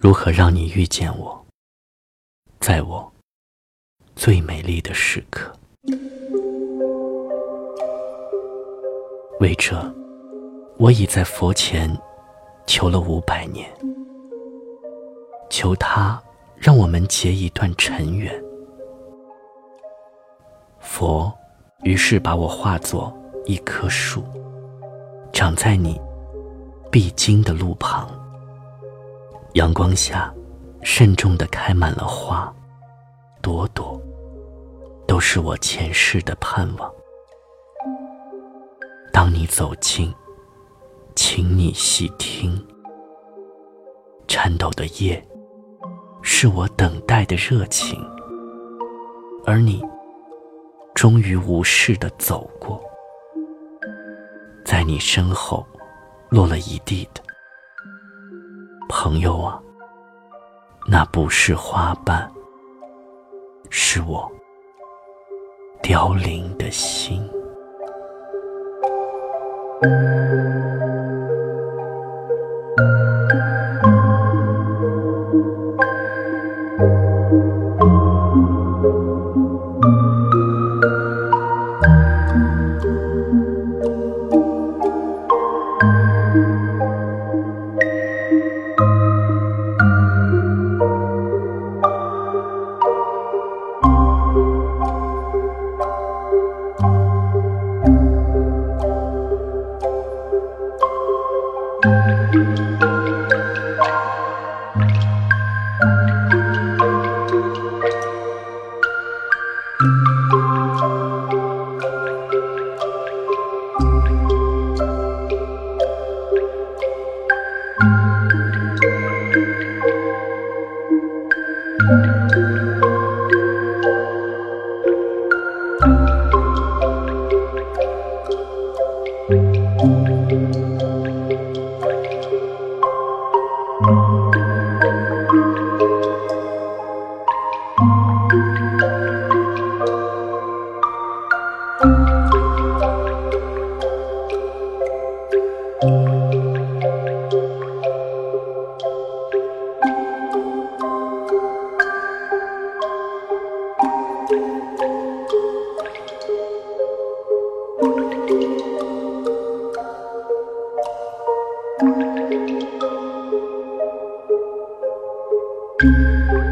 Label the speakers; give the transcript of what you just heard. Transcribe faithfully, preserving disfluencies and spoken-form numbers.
Speaker 1: 如何让你遇见我，在我最美丽的时刻。为这，我已在佛前求了五百年，求他让我们结一段尘缘。佛于是把我化作一棵树，长在你必经的路旁，阳光下慎重地开满了花，朵朵都是我前世的盼望。当你走近，请你细听，颤抖的夜是我等待的热情，而你终于无视地走过，在你身后落了一地的朋友啊，那不是花瓣，是我凋零的心。
Speaker 2: thank you